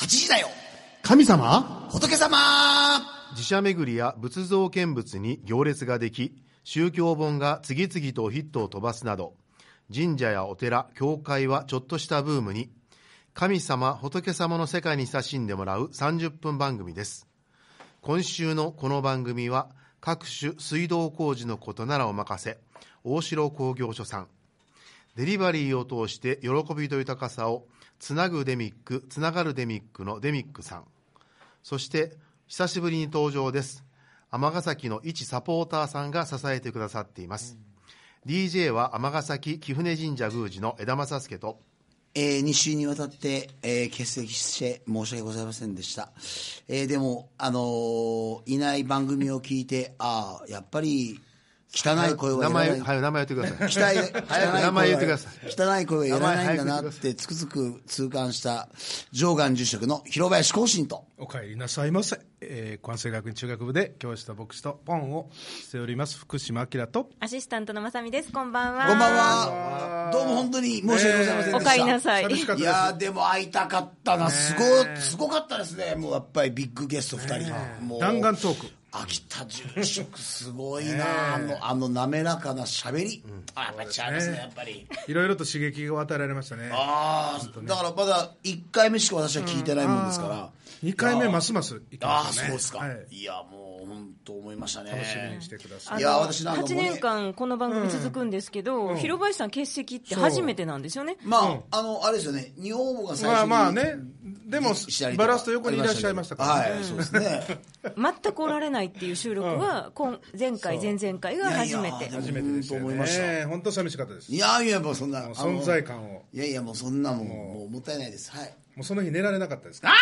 8時だよ神様仏様。 寺社巡りや仏像見物に行列ができ、宗教本が次々とヒットを飛ばすなど、神社やお寺、教会はちょっとしたブームに、神様仏様の世界に親しんでもらう30分番組です。今週のこの番組は、各種水道工事のことならお任せ、大城工業所さん。デリバリーを通して喜びと豊かさをつなぐデミック、つながるデミックのデミックさん。そして久しぶりに登場です。尼崎の一サポーターさんが支えてくださっています。DJ は尼崎貴船神社宮司の枝正助と、 2週にわたって、欠席して申し訳ございませんでした。でもいない番組を聞いて、やっぱり汚い声は名前言ってください。名前言ってください。 汚い声はいらないんだなってつくづく痛感した上岸住職の広林光信と、 お帰りなさいませ。関西学院中学部で教師と牧師とポンをしております福島明とアシスタントのまさみです。こんばんは。 こんばんは。どうも本当に申し訳ございませんでした。 お帰りなさい。 いやでも会いたかったな。すごかったですね。もうやっぱりビッグゲスト2人、もう弾丸トーク。 秋田住職すごいな、滑らかなしゃべり、やっぱり違いますね。やっぱりいろいろと刺激を与えられましたね。 だからまだ1回目しか私は聞いてないもんですから、 2回目ますますいきましたね。 そうですか、いやもう本当思いましたね。 楽しみにしてください。 いや私なんかもう、ね、 8年間この番組続くんですけど、広林さん欠席って初めてなんですよね。 あれですよね、日本語が最初にね、でもバラスト横にいらっしゃいましたからね。 そうですね。 全くおられないっていう収録は前回前々回が初めて。 初めてですよね。本当寂しかったです。 いやもうそんな存在感を。 いやもうそんなもうもったいないです。はい。 もうその日寝られなかったですか。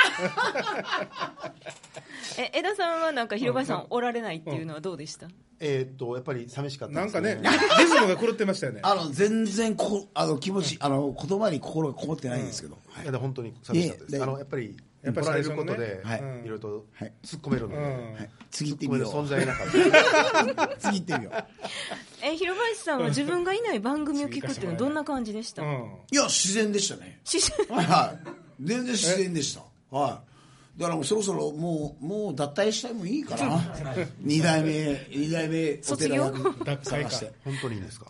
枝さんはなんか広林さんおられないっていうのはどうでした？ やっぱり寂しかったですね。なんかね、リズムが狂ってましたよね。 全然気持ち、言葉に心がこもってないんですけど。 いや本当に寂しかったです。やっぱり来られることでいろいろと突っ込めるので、 次行ってみよう。 存在なかった。 次行ってみよう。広林さんは自分がいない番組を聞くっていうのはどんな感じでした？ いや自然でしたね。全然自然でした。だからもうそろそろもう脱退したいもいいかな。2代目お寺を探して。 本当にいいんですか？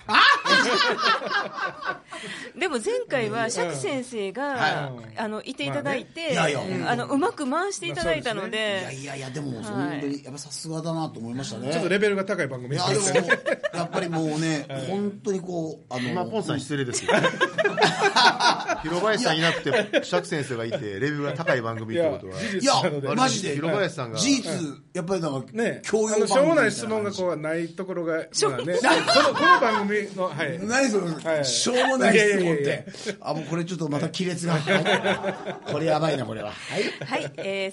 でも前回は釈先生がいていただいて、うまく回していただいたので、 いやでも本当にやっぱさすがだなと思いましたね。 ちょっとレベルが高い番組ですね。やっぱりもうね、本当にこうポンさん失礼ですよ。広林さんいなくて釈先生がいてレベルが高い番組ってことは。 いやマジで広林さんが事実やっぱりなんか教養番組しょうもない質問がこうないところがね、この番組の何そのしょうもない質問って、もうこれちょっとまた亀裂がこれやばいなこれは。 はい、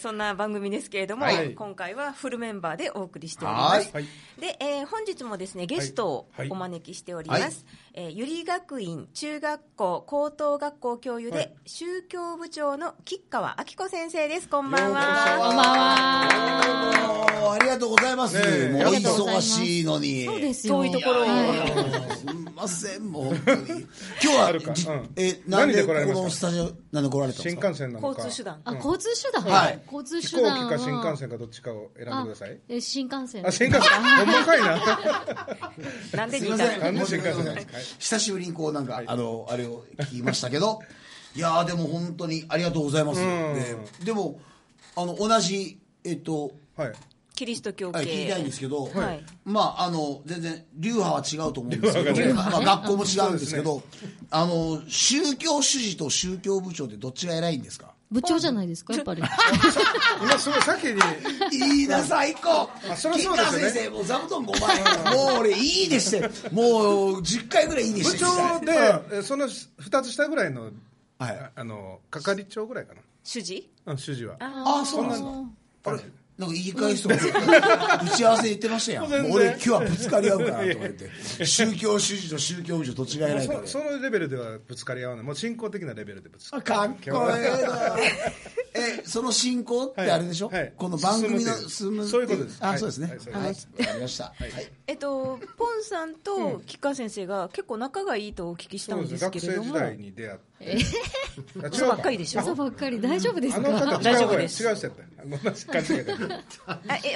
そんな番組ですけれども、今回はフルメンバーでお送りしております。で、本日もですねゲストをお招きしております。ゆり学院中学校高等学校教諭で宗教部長の吉川明子先生です。こんばんは。 こんばんは。 ありがとうございます。もう忙しいのに。 そうですよ。 遠いところを。 すみません、もう本当に。今日はなんでこのスタジオなんで来られたんですか？ 新幹線なのか。 交通手段。 交通手段。交通手段。 飛行機か新幹線かどっちかを選んでください。 新幹線。 新幹線。ほんまかいな。 なんで新幹線なんで新幹線なんですか？ 久しぶりにこうなんかあれを聞きましたけど、いやでも本当にありがとうございます。でも同じキリスト教系聞きたいんですけど、全然流派は違うと思うんですけど、学校も違うんですけど、宗教主事と宗教部長ってどっちが偉いんですか？ 部長じゃないですかやっぱり。 今すごい先にいいな最高。吉川先生もう座布団5万円もう俺いいですってもう10回ぐらいいいです部長でその2つ下ぐらいの係長ぐらいかな。 主事？ 主事は。 そうなんだ。あれなんか言い返すと打ち合わせ言ってましたやん。俺今日はぶつかり合うからとか言って宗教主事と宗教部長どっちが偉いか。 そのレベルではぶつかり合わない。もう進行的なレベルでぶつかり合う。 かっこええな。 その進行ってあれでしょ、この番組の進むそういうことです。 そうですね。はい、わかりました。 ポンさんと吉川先生が結構仲がいいとお聞きしたんですけれども、 学生時代に出会って。 嘘ばっかりでしょ。 嘘ばっかり。大丈夫ですか？ 大丈夫です。 違う人やった。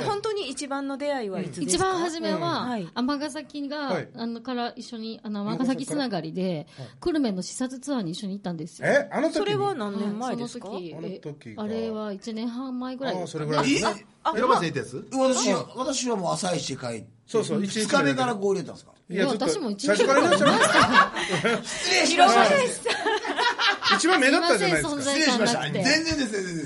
本当に一番の出会いはいつですか？ 一番初めは尼崎がから一緒に尼崎つながりで久留米の視察ツアーに一緒に行ったんですよ。 あの時？ それは何年前ですか？ あれは1年半前ぐらいです。 それぐらいですね。 平林さんいたやつ？ 私はもう朝一で帰って、 そう、 2日目から合流だったんですか？ いや、私も1日最初からいらっしゃいました。 失礼しました。 一番目立ったじゃないですか。 失礼しました。全然です。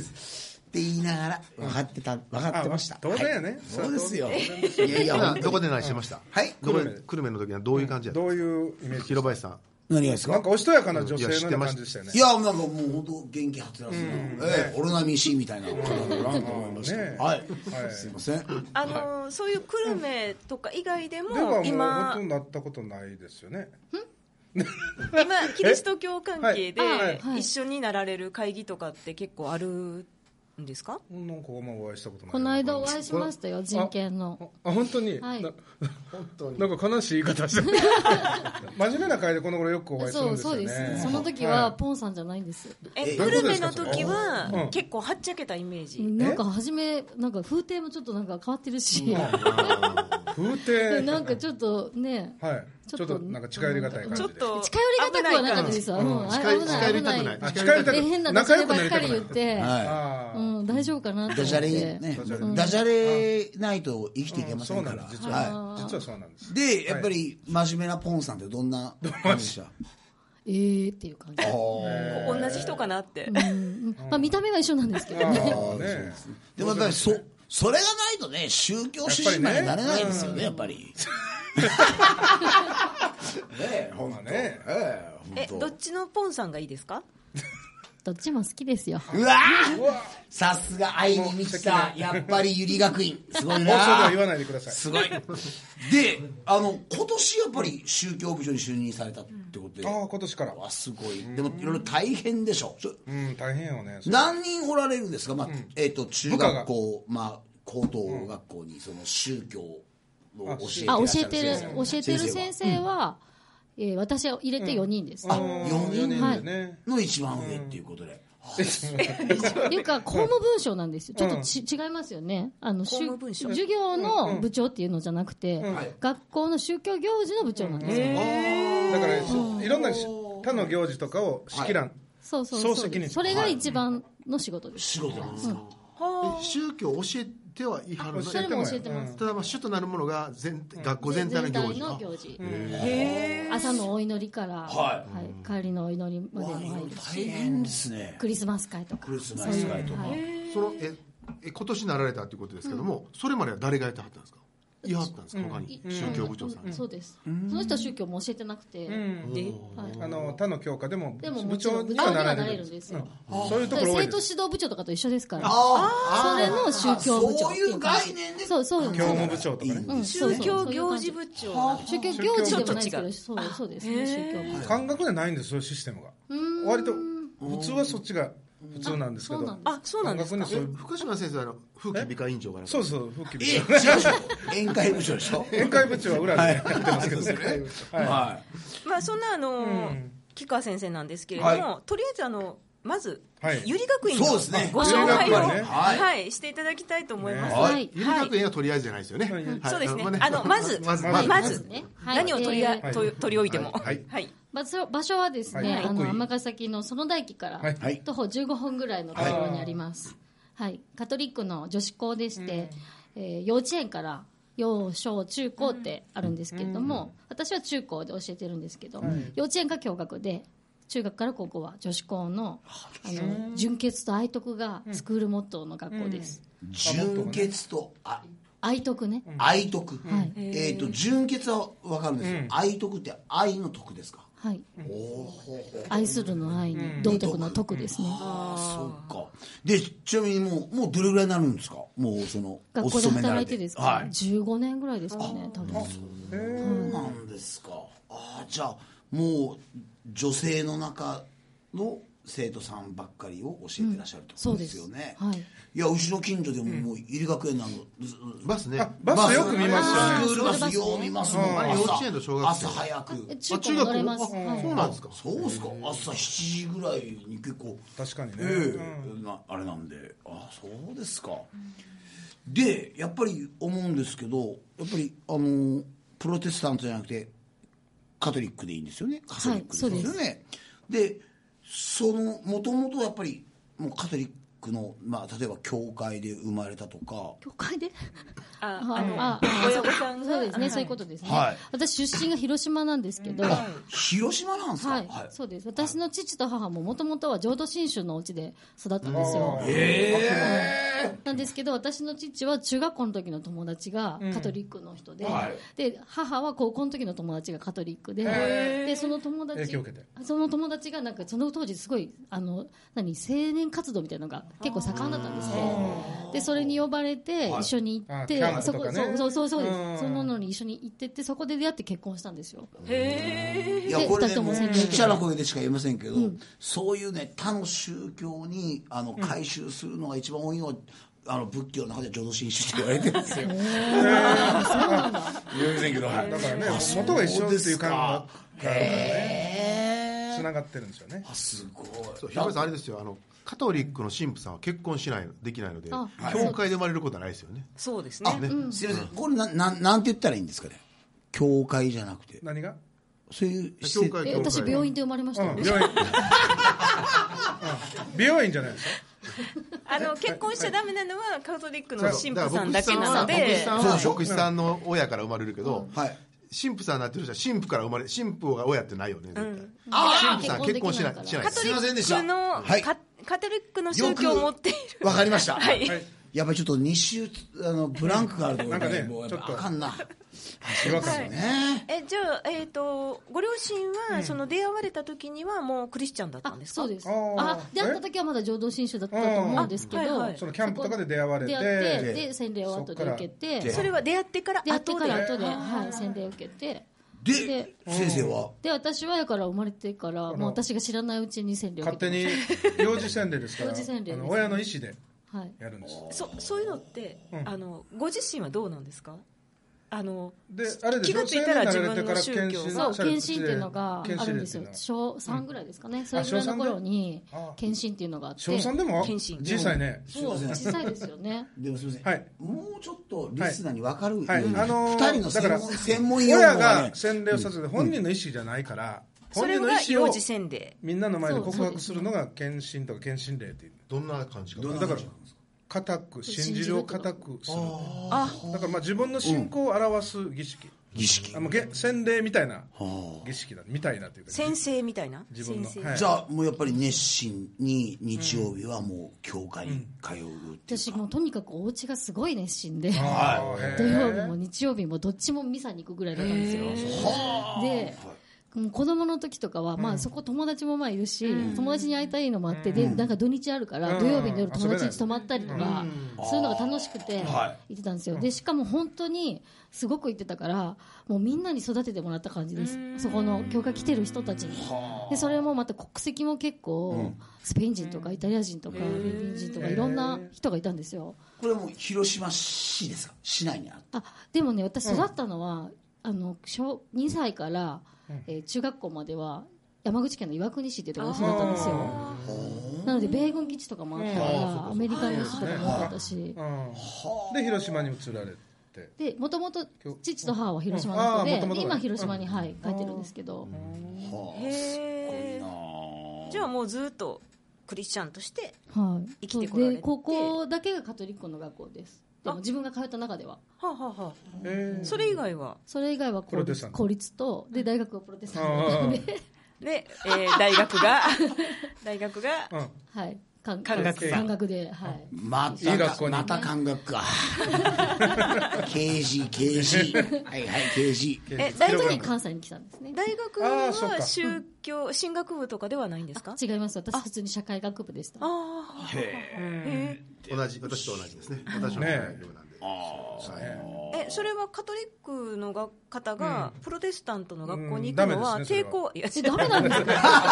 って言いながら分かってました。 当然やね。 そうですよ。 いや、どこで何してました？ はい。 久留米の時はどういう感じやった？ どういうイメージ？ 広林さん。 何がですか？ なんかおしとやかな女性の感じでしたよね。 いや、なんかもう本当元気はつらつな、オロナミン C みたいな感じだなと思いました。はい。すいません。 そういう久留米とか以外でも今本当になったことないですよね。 今キリスト教関係で一緒になられる会議とかって結構あるんですか？ なんかお会いしたことない。 この間お会いしましたよ、人権の。 本当に？なんか悲しい言い方して真面目な会でこの頃よくお会いするんですよね。 そうです。その時はポンさんじゃないんです。 久留米の時は結構はっちゃけたイメージ。 なんか初めなんか風景もちょっとなんか変わってるし、 風景なんかちょっとね、 ちょっとなんか近寄りがたい感じで。 近寄りがたくはなかったですわ。 近寄りたくない。 変なダジャレばっかり言って、大丈夫かなって思って。 ダジャレないと生きていけませんから。 実はそうなんです。 で、やっぱり真面目なポンさんってどんな感じでした？ っていう感じ。 同じ人かなって。 見た目は一緒なんですけどね。 でもやっぱりそれがないとね、宗教主人になれないですよね、やっぱり。 どっちのポンさんがいいですか？ どっちも好きですよ。 うわさすが愛に満ちた、やっぱりゆり学院。すごいな。 放送では言わないでください。 すごい。で、今年やっぱり宗教部長に就任されたってことで。 今年から。 すごい。でもいろいろ大変でしょ。 大変よね。 何人おられるんですか？中学校、高等学校にその宗教を教えてる先生は、私は入れて4人です。 4人の一番上っていうことで。 っていうか公務文書なんですよ。ちょっと違いますよね。授業の部長っていうのじゃなくて、学校の宗教行事の部長なんですよ。 だからいろんな他の行事とかを仕切らん。 そうそれが一番の仕事です。 仕事なんですか？ 宗教を教えてはいはるの？ それも教えてます。 ただ主となるものが学校全体の行事。 朝のお祈りから帰りのお祈りまでも入るし、 大変ですね。 クリスマス会とか。 その今年なられたということですけども、それまでは誰がやってはったんですか？いはったんですか？他に宗教部長さん。 そうです。その人は宗教も教えてなくて、 他の教科でも部長にはなれるんですよ。 そういうところ多いです。 生徒指導部長とかと一緒ですから。それの宗教部長。 そういう概念で。 そう。 教務部長とかね。 宗教行事部長。 宗教行事ではないですけど、そうですね。宗教部長。 感覚でないんです、そういうシステムが。割と普通はそっちが普通なんですけど。 そうなんですか。 福島先生は風紀美化委員長から。 そう、風紀美化。 宴会部長でしょ？ 宴会部長は裏でやってますけどね。 そんな木川先生なんですけれども、とりあえずまずゆり学院のご紹介をしていただきたいと思います。 ゆり学院はとりあえずじゃないですよね。 そうですね。まず何を取り置いても。 場所はですね、尼崎の園田駅から徒歩15分ぐらいのところにあります。カトリックの女子校でして、幼稚園から幼小中高ってあるんですけれども、私は中高で教えてるんですけど、幼稚園が共学で、中学から高校は女子校の純潔と愛徳がスクールモットーの学校です。 純潔と愛徳ね。 愛徳。純潔は分かるんですよ。愛徳って愛の徳ですか？ はい。愛するの愛に道徳の徳ですね。 そうか。で、ちなみにもうどれぐらいになるんですか？もう学校で働いてですか？15年ぐらいですかね、多分。 そうなんですか。じゃあもう女性の中の生徒さんばっかりを教えてらっしゃるとことですよね。 はい、 いやうちの近所でももう入り学園なのバスね。 バスよく見ますよね。 スクールバスよう見ますもん。 幼稚園と小学生朝早く。 中高乗れます。 そうなんですか。 そうですか。朝7時ぐらいに結構確かにね。 あれなんで、そうですか。でやっぱり思うんですけど、やっぱりプロテスタントじゃなくてカトリックでいいんですよね。カトリックですよね。はい、でもともとやっぱりもうカトリックの、例えば教会で生まれたとか。 教会で親御さんがそうですね、そういうことですね。はい、私出身が広島なんですけど。 広島なんですか。 はい、そうです。私の父と母ももともとは浄土真宗のお家で育ったんですよ。なんですけど、私の父は中学校の時の友達がカトリックの人で、で母は高校の時の友達がカトリックで、でその友達がなんかその当時すごい青年活動みたいなのが結構盛んだったんですね。でそれに呼ばれて一緒に行って、そうそののに一緒に行ってて、そこで出会って結婚したんですよ。 いやこれね、ちっちゃな声でしか言えませんけど、そういうね他の宗教に改宗するのが一番多いのは仏教の中で浄土真宗って言われてるんですよ。言えませんけど、だからね元が一緒っていう感がつながってるんですよね。 すごい。 平林さんあれですよ、カトリックの神父さんは結婚できないので、教会で生まれることはないですよね。 そうですね。 すいません、これなんて言ったらいいんですかね。教会じゃなくて。 何が？ そういう私病院で生まれましたよ。 美容院じゃないですか。 結婚しちゃダメなのはカトリックの神父さんだけなので、 牧師さんの親から生まれるけど、神父さんになってる人は神父から生まれ、神父が親ってないよね。神父さん結婚しない。 すいませんでした。 カトリックの宗教を持っている。 わかりました。やっぱりちょっと2週ブランクがあるとなんかね、もうやっぱあかんな。 じゃあご両親はその出会われた時にはもうクリスチャンだったんですか？ そうです。出会った時はまだ浄土真宗だったと思うんですけど、 そのキャンプとかで出会われて、 で洗礼を後で受けて、 それは出会ってから後で洗礼を受けて。 で先生は私はやから生まれてからもう私が知らないうちに洗礼を受けて、 勝手に幼児洗礼ですから親の意思でやるんです。 そういうのってご自身はどうなんですか？ であれで気がついたら自分の宗教献身っていうのがあるんですよ。小3ぐらいですかね。それぐらいの頃に献身っていうのがあって。 小3でも小さいね。 小さいですよね。 でもすみません。もうちょっとリスナーに分かるように2人の専門用語親が洗礼をさせて本人の意思じゃないから、 それが幼児洗礼。 みんなの前で告白するのが献身とか献身礼っていう。 どんな感じか。 だから固く信じるを固くする。だから自分の信仰を表す儀式。洗礼みたいな儀式だみたいなというか。 先生みたいな。 自分の。 じゃあもうやっぱり熱心に日曜日はもう教会に通う。 私もうとにかくお家がすごい熱心で、土曜日も日曜日もどっちもミサに行くぐらいだったんですよ。で。子供の時とかは、そこ友達もいるし、友達に会いたいのもあって、でなんか土日あるから土曜日の夜友達に泊まったりとか、そういうのが楽しくて行ってたんですよ。でしかも本当にすごく行ってたから、もうみんなに育ててもらった感じです。そこの教会来てる人たちに。でそれもまた国籍も結構スペイン人とかイタリア人とかフィリピン人とかいろんな人がいたんですよ。 これも広島市ですか？市内にある？ でもね、私育ったのは2歳から中学校までは山口県の岩国市っていうところに育ったんですよ。なので米軍基地とかもあったからアメリカの人とかも多かったし、 で広島に移られて、 でもともと父と母は広島の人で、今広島に帰ってるんですけど。 へー。じゃあもうずっとクリスチャンとして生きてこられて、 高校だけがカトリックの学校です。でも自分が通った中では。 それ以外は公立とで大学はプロテスタントで大学が漢学で、 また漢学か。刑事刑事。 大学に関西に来たんですね。 大学は宗教神学部とかではないんですか？ 違います。私普通に社会学部でした。 私と同じですね。私もようなんで。 それはカトリックの方がプロテスタントの学校に行くのは抵抗、いやダメなんですか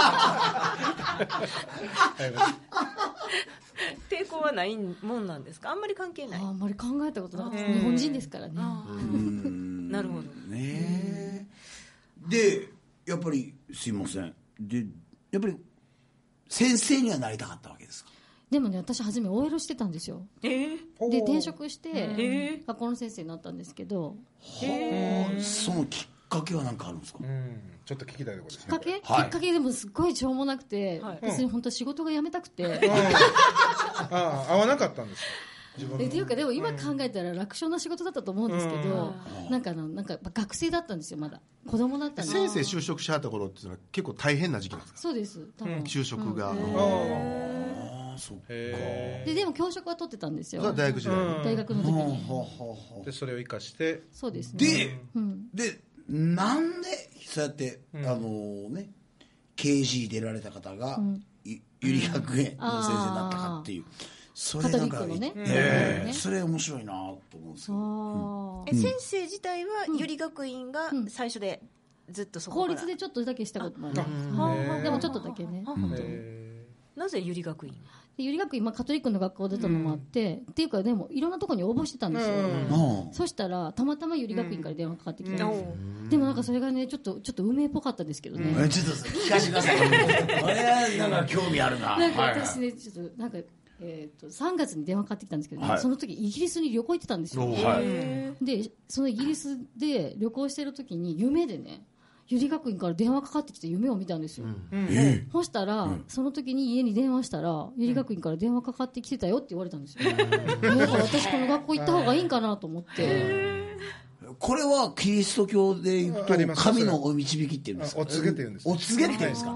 抵抗はないもんなんですか？あんまり関係ない。 あんまり考えたことなかった。日本人ですからね。 なるほどね。でやっぱりすいません、でやっぱり先生にはなりたかったわけですか？ でもね、私初め OL してたんですよ。で転職して学校の先生になったんですけど、 そのきっかけは何かあるんですか？ ちょっと聞きたいところですね。 きっかけでもすっごいしょうもなくて、別に本当仕事が辞めたくて合わなかったんですよ。 っていうかでも今考えたら楽勝な仕事だったと思うんですけど、なんか学生だったんですよ。まだ子供だったんです。 先生就職しはった頃っていうのは結構大変な時期なんですか？ そうです、多分就職が、 そっか。 でも教職は取ってたんですよ。 それは大学時代、 大学の時に。 でそれを生かしてそうですね。 でなんでそうやってKG 出られた方がゆり学園の先生になったかっていう、それなんかそれ面白いなと思うんですよ。 先生自体はゆり学院が最初でずっとそこから公立でちょっとだけしたこともある。でもちょっとだけね。 なぜゆり学院？ ゆり学院、カトリックの学校出たのもあって、っていうかでもいろんなところに応募してたんですよ。そしたらたまたまゆり学院から電話かかってきて、でもなんかそれがねちょっと運命っぽかったですけどね。 ちょっと聞かせてください。これはなんか興味あるな。 なんか私ねちょっとなんか3月に電話かかってきたんですけどね、その時イギリスに旅行行ってたんですよ。でそのイギリスで旅行してる時に夢でね、ゆり学院から電話かかってきて夢を見たんですよ。そしたら、その時に家に電話したら、ゆり学院から電話かかってきてたよって言われたんですよ。だから私この学校行った方がいいんかなと思って。 これはキリスト教でいうと神のお導きっていうんですか？ お告げっていうんです。 お告げっていうんですか？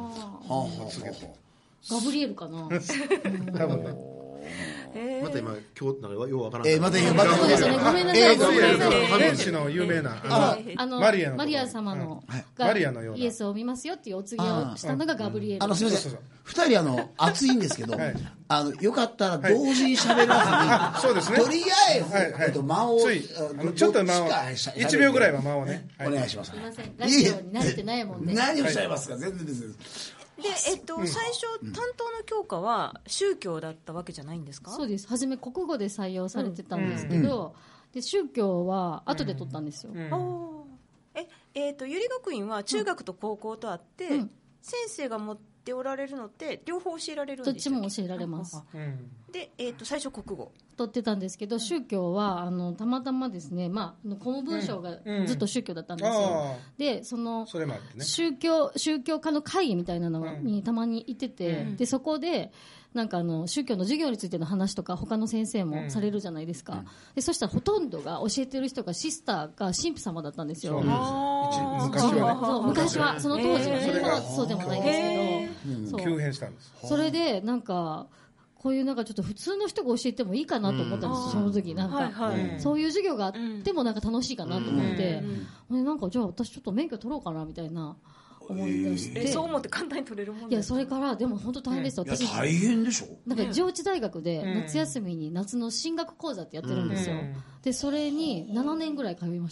ガブリエルかな。 多分ね。 また今今日なんかようわからない。 またごめんなさい。 フレンチの有名なマリア様のがイエスを見ますよっていうお告げをしたのがガブリエル。 すみません、2人熱いんですけど、よかったら同時に喋らずに、とりあえず間をちょっと間を1秒ぐらいは間をねお願いします。 すみません、ラジオに慣れてないもんね。 何をおっしゃいますか？全然です。 で最初担当の教科は宗教だったわけじゃないんですか？ そうです。初め国語で採用されてたんですけど、で宗教は後で取ったんですよ。 ゆり学院は中学と高校とあって、先生が持っておられるのって両方教えられるんですか？ どっちも教えられます。 で、最初国語取ってたんですけど、宗教はたまたまですね、公務文書がずっと宗教だったんですよ。でその宗教家の会議みたいなのにたまに行ってて、でそこでなんか宗教の授業についての話とか他の先生もされるじゃないですか。でそしたらほとんどが教えてる人がシスターか神父様だったんですよ。昔はその当時はね、そうでもないですけど、 急変したんです。 それでなんかこういうなんかちょっと普通の人が教えてもいいかなと思ったんですよ。その時なんかそういう授業があってもなんか楽しいかなと思って、なんかじゃあ私ちょっと免許取ろうかなみたいな思い出して、 そう思って簡単に取れるもんですか？ いやそれからでも本当大変でした。 私大変でしょ。 なんか上智大学で夏休みに夏の進学講座ってやってるんですよ。でそれに7年ぐらい通いました。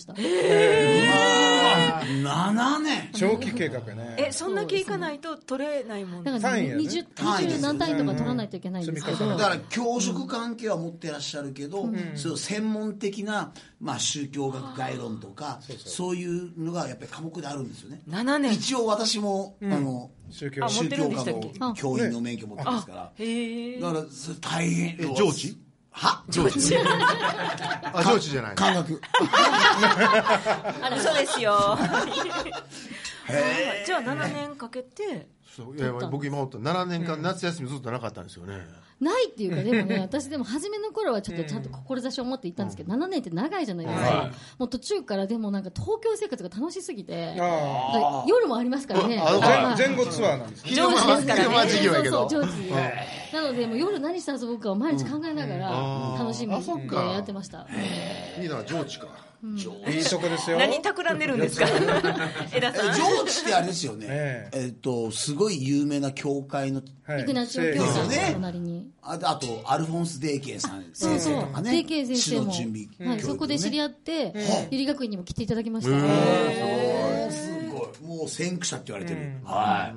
7年長期計画やね。 そんだけいかないと取れないもんだから20何単位とか取らないといけないんですけど、 だから教職関係は持ってらっしゃるけど、そう専門的な宗教学概論とかそういうのがやっぱり科目であるんですよね。 7年一応私も宗教科の教員の免許持ってますから、だからそれ大変。 上智上智じゃない。 漢学そうですよ。じゃあ7年かけて。 いや僕今思った7年間夏休みずっとなかったんですよね。 ないっていうかでもね、私でも初めの頃はちょっとちゃんと志を持って行ったんですけど、7年って長いじゃないですか。もう途中からでもなんか東京生活が楽しすぎて、夜もありますからね。 前後ツアーなんです。 上智ですからね。 そう上智。なのでもう夜何して遊ぶかを毎日考えながら楽しみにやってました。 いいな上智か。 いいとこですよ。 何企んでるんですか枝さん。 上智ってあれですよね、すごい有名な教会の、 イグナチオ教会の隣に、 あとアルフォンス・デーケンさん先生とかね、 デーケン先生も、はい、そこで知り合って、ゆり学院にも来ていただきました。 すごい、もう先駆者って言われてる。はい。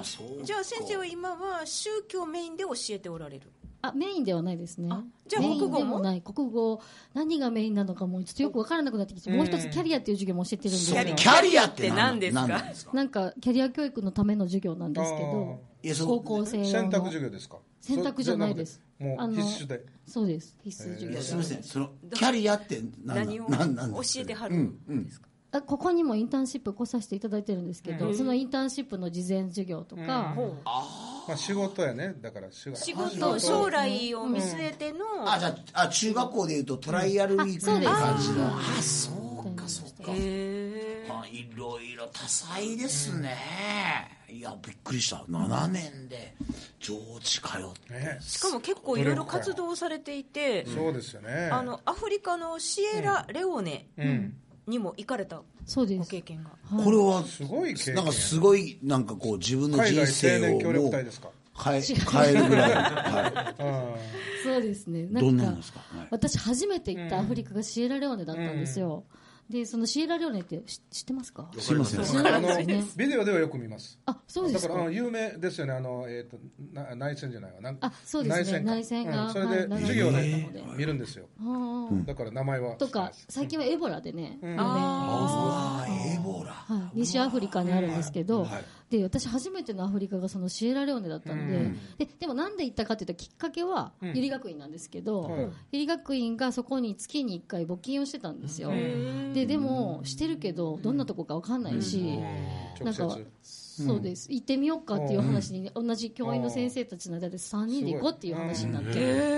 そう。 じゃあ先生は今は宗教メインで教えておられる？ メインではないですね。 じゃあ国語もない。国語何がメインなのかもちょっとよく分からなくなってきて、もう一つキャリアっていう授業も教えてるんですよ。 キャリアって何ですか？ なんかキャリア教育のための授業なんですけど、高校生用の選択授業ですか？ 選択じゃないです。 もう必須で。 そうです。必須授業。 すみません。そのキャリアって何を教えてはるんですか？ ここにもインターンシップ来させていただいてるんですけど、そのインターンシップの事前授業とか、 仕事やね。だから仕事、将来を見据えての、 じゃあ中学校でいうとトライアルウィークみたいな感じの、そうかそうか。いろいろ多彩ですね。いやびっくりした。7年で上智通って、 しかも結構いろいろ活動されていて、 そうですよね。 アフリカのシエラレオネにも行かれたご経験が、 これはすごい経験、 なんかすごいなんかこう自分の人生をもう変えるぐらい、 そうですね。 どんなんですか？ 私初めて行ったアフリカがシエラレオネだったんですよ。でそのシエラレオネって知ってますか？ 知りません。 ビデオではよく見ます。 そうですか。 だから有名ですよね。内戦じゃないわ。 そうですね。内戦が、 それで授業で見るんですよ。だから名前はとか最近はエボラでね、 エボラ、 西アフリカにあるんですけど、で私初めてのアフリカがそのシエラレオネだったんで、でもなんで行ったかというときっかけはゆり学院なんですけど、ゆり学院がそこに月に1回募金をしてたんですよ。でもしてるけどどんなとこか分かんないし、なんかそうです、行ってみようかっていう話に、同じ教員の先生たちの間で3人で行こうっていう話になって、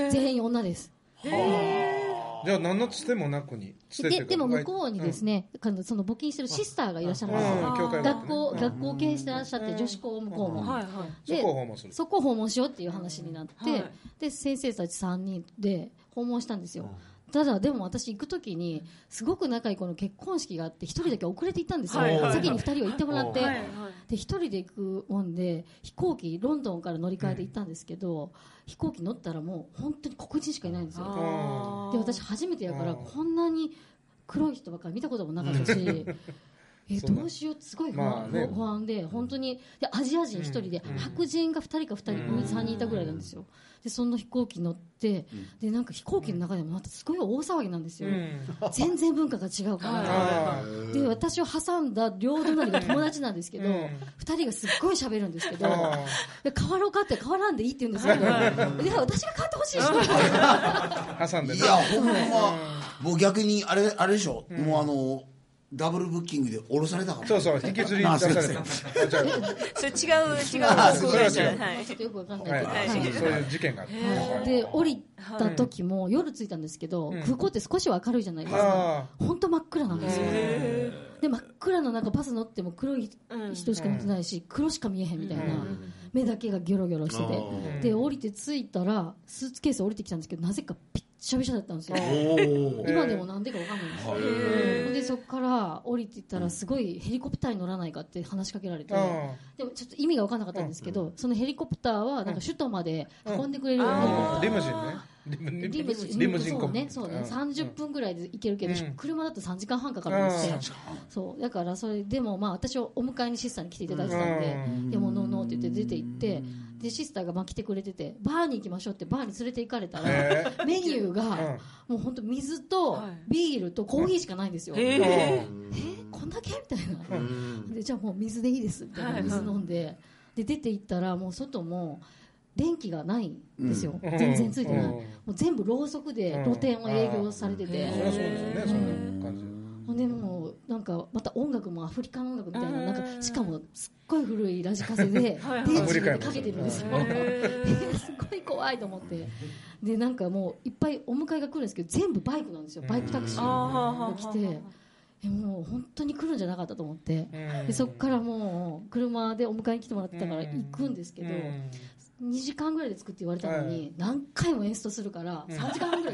全員女です。 じゃあ何のつてもなくにでも向こうにですね、その募金してるシスターがいらっしゃるんですよ。学校を経営してらっしゃって、女子校向こうも、でそこを訪問しようっていう話になって、で先生たち3人で訪問したんですよ。ただでも私行くときにすごく仲いい子の結婚式があって1人だけ遅れて行ったんですよ。先に2人は行ってもらって、で1人で行くもんで飛行機ロンドンから乗り換えて行ったんですけど、飛行機乗ったらもう本当に黒人しかいないんですよ。で私初めてやからこんなに黒い人ばっかり見たこともなかったしどうしようってすごい不安で、本当にでアジア人1人で白人が2人か3人いたぐらいなんですよ。でその飛行機乗って、でなんか飛行機の中でもまたすごい大騒ぎなんですよ。全然文化が違うから。で私を挟んだ両隣が友達なんですけど、2人がすっごい喋るんですけど、で変わろうかって変わらんでいいって言うんですけど、で私が変わってほしいし挟んで、 いやほんまもう逆にあれでしょ、もうダブルブッキングで降ろされたから。 そう引きずり出された。それ違うそれは違う。ちょっとよくわかんないけど、 そういう事件があって。 で降りた時も夜着いたんですけど、空港って少しは明るいじゃないですか。本当真っ暗なんですよ。で真っ暗の中バス乗っても黒い人しか乗ってないし、黒しか見えへんみたいな、目だけがギョロギョロしてて、で降りて着いたらスーツケース降りてきたんですけど、なぜかピッシャビシャだったんですよ。今でもなんでかわかんないんですよ。でそこから降りていったらすごいヘリコプターに乗らないかって話しかけられて、でもちょっと意味が分からなかったんですけど、そのヘリコプターはなんか首都まで運んでくれるヘリコプター、 リムジンね。リムジンそうね、30分ぐらいで行けるけど、車だと3時間半かかるんですよ。そうだからそれでも私をお迎えにシスターに来ていただいてたんで、でもノーノーって言って出て行って、でシスターが来てくれてて、バーに行きましょうってバーに連れて行かれたら、メニューがもう本当水とビールとコーヒーしかないんですよ。こんだけみたいな。でじゃあもう水でいいですみたいな、水飲んで、で出て行ったらもう外も電気がないんですよ。全然ついてない。もう全部ろうそくで露店を営業されてて。 そうですね、そんな感じ。 でもなんかまた音楽もアフリカの音楽みたいな、なんかしかもすっごい古いラジカセで電池でかけてるんですよ。すごい怖いと思って、でなんかもういっぱいお迎えが来るんですけど、全部バイクなんですよ。バイクタクシーが来て、もう本当に来るんじゃなかったと思って、でそこからもう車でお迎えに来てもらってたから行くんですけど、 2時間ぐらいで作って言われたのに、何回もエンストするから3時間ぐらい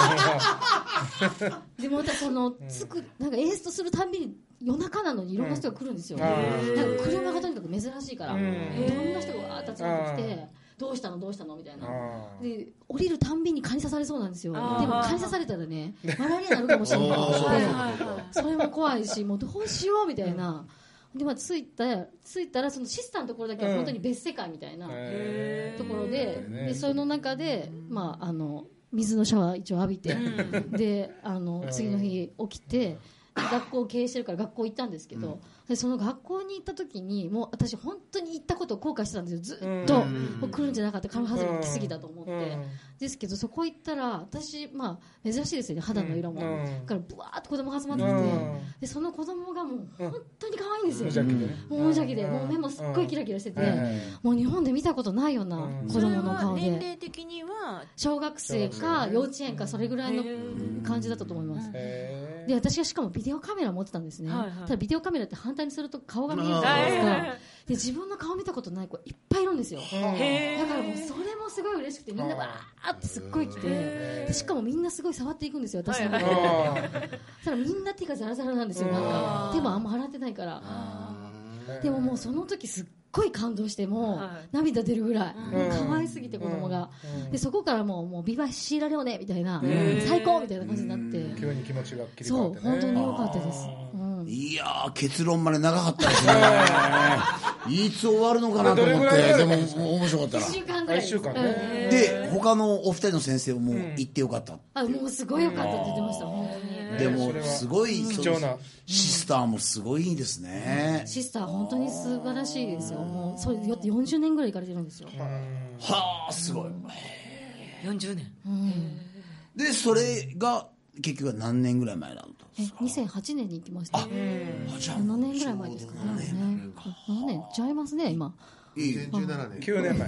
でもまたなんかエンストするたんびに夜中なのにいろんな人が来るんですよ。なんか車がとにかく珍しいから、いろんな人がわーっと集まってきて、どうしたのみたいな。で降りるたんびに蚊に刺されそうなんですよ。でも蚊に刺されたらね、マラリアになるかもしれないってそれも怖いし、もうどうしようみたいな。で着いたらそのシスターのところだけは本当に別世界みたいなところで、その中で、水のシャワー一応浴びて、で次の日起きて学校を経営してるから学校行ったんですけど、でその学校に行った時にもう私本当に行ったことを後悔してたんですよ。ずっと来るんじゃなかった、軽はずみ来すぎたと思って、ですけどそこ行ったら私、珍しいですよね、肌の色も、だからブワーッと子供が集まってきて、でその子供がもう本当に可愛いんですよ。無邪気で、もう目もすっごいキラキラしてて、もう日本で見たことないような子供の顔で、 年齢的には小学生か幼稚園かそれぐらいの感じだったと思います。で私はしかもビデオカメラ持ってたんですね。ただビデオカメラって反対にすると顔が見えるじゃないですか。で自分の顔見たことない子いっぱいいるんですよ。だからもうそれもすごい嬉しくて、みんなわーってすっごい来て、でしかもみんなすごい触っていくんですよ、私のこと。ただみんな手がザラザラなんですよ。なんか手もあんま洗ってないから。でももうその時すっごい感動して、もう涙出るぐらい可愛すぎて子供が。でそこからもうビバシーラレオネみたいな、最高みたいな感じになって、 急に気持ちが切り替わってね。 そう本当に良かったです。 いやー結論まで長かったですねいつ終わるのかなと思って、でも面白かったな。 1週間ぐらいです。 で他のお二人の先生も行ってよかった、 もうすごいよかったって言ってました。本当に。 でもすごい貴重なシスターもすごいですね。 シスター本当に素晴らしいですよ。もうそれで40年ぐらい行かれてるんですよ。 はあすごい。 40年。 でそれが結局は何年ぐらい前なんですか ？2008年に行きました。じゃあ7年ぐらい前ですかね。7年ちゃいますね今。 2017年。 9年前。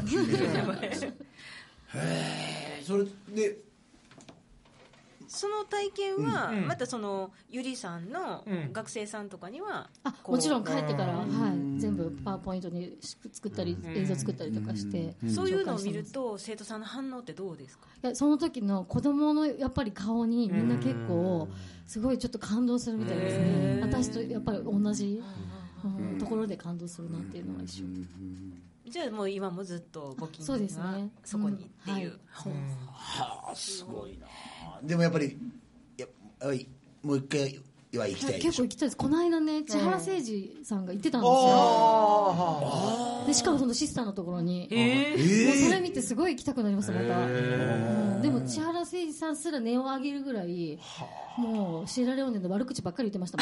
それでその体験はまたそのゆりさんの学生さんとかにはもちろん帰ってから、全部パワーポイントに作ったり映像作ったりとかして、 そういうのを見ると生徒さんの反応ってどうですか？ いやその時の子供のやっぱり顔にみんな結構すごいちょっと感動するみたいですね。私とやっぱり同じところで感動するなっていうのは一緒。 じゃあもう今もずっとご近所がそこにっていう。 はあすごいな。でもやっぱりもう一回は行きたいでしょ。 結構行きたいです。この間ね千原誠二さんが行ってたんですよ。でしかもそのシスターのところに、もうそれ見てすごい行きたくなりますまた。でも千原誠二さんすら音を上げるぐらい、もうシエラレオネの悪口ばっかり言ってました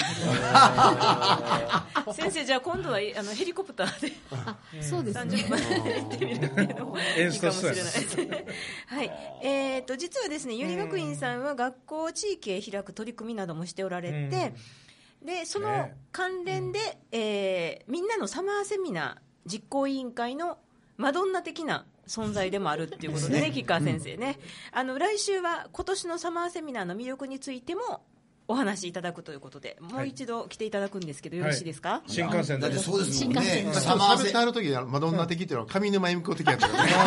もん。先生じゃあ今度はヘリコプターでそうですね、 30分行ってみるっていうのもいいかもしれないですね。はい、実はですねゆり学院さんは学校地域へ開く取り組みなどもしておられて、でその関連で、みんなのサマーセミナー実行委員会のマドンナ的な存在でもあるっていうことでね、吉川先生ね、来週は今年のサマーセミナーの魅力についてもお話しいただくということで、もう一度来ていただくんですけど、よろしいですか？ 新幹線だってそうですもんね。 サマーセミナーの時マドンナ的っていうのは上沼恵美子的やったからね。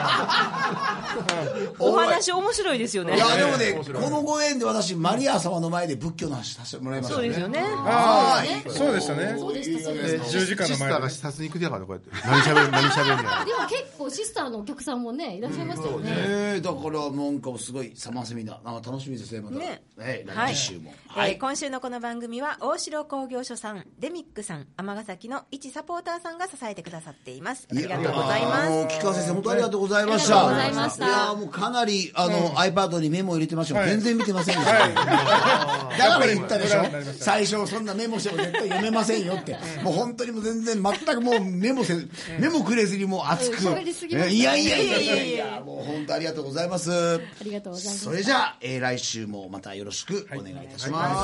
お話面白いですよね。 いやでもね、このご縁で私マリア様の前で仏教の話させてもらいましたね。 そうですよね。 そうでしたね。10時間の前シスターが視察に行くだからこうやって何喋るんだよ。 でも結構シスターのお客さんもねいらっしゃいましたよね。 だからなんかすごいサマーセミナーなんか楽しみですね。また来週も。 今週のこの番組は大城工業所さん、デミックさん、尼崎の一サポーターさんが支えてくださっています。ありがとうございます。 吉川先生本当ありがとうございました。 ありがとうございました。 いやもうかなりiPad にメモを入れてましたが、全然見てませんでした。だから言ったでしょ。最初そんなメモしても絶対読めませんよって。もう本当にもう全然全くもうメモくれずにもう熱く。いやもう本当ありがとうございます。 ありがとうございます。 それじゃあ来週もまたよろしくお願いいたします。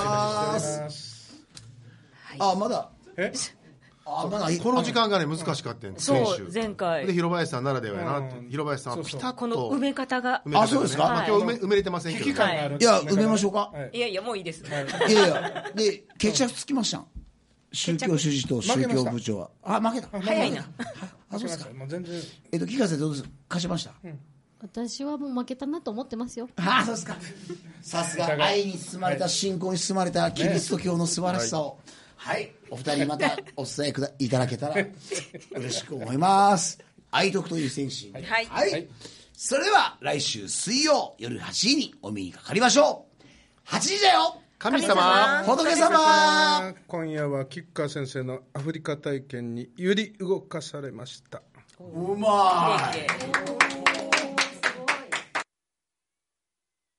まだこの時間がね難しかったんです。 そう前回で広林さんならではやなって。広林さんはピタッとこの埋め方がそうですか。 今日埋めれてませんけど。いや埋めましょうか。 いやもういいです。 いやで決着つきました。 宗教主事と宗教部長は負けた。 早いな。 そうですか。 もう全然。 聞かせてどうです？勝ちました。 私はもう負けたなと思ってますよ。 そうですか。さすが愛に包まれた、信仰に包まれたキリスト教の素晴らしさを、お二人またお伝えいただけたら嬉しく思います。愛徳という戦士。それでは来週水曜夜8時にお目にかかりましょう。8時だよ。 神様、 仏様。 今夜は吉川先生のアフリカ体験に揺り動かされました。 うまい。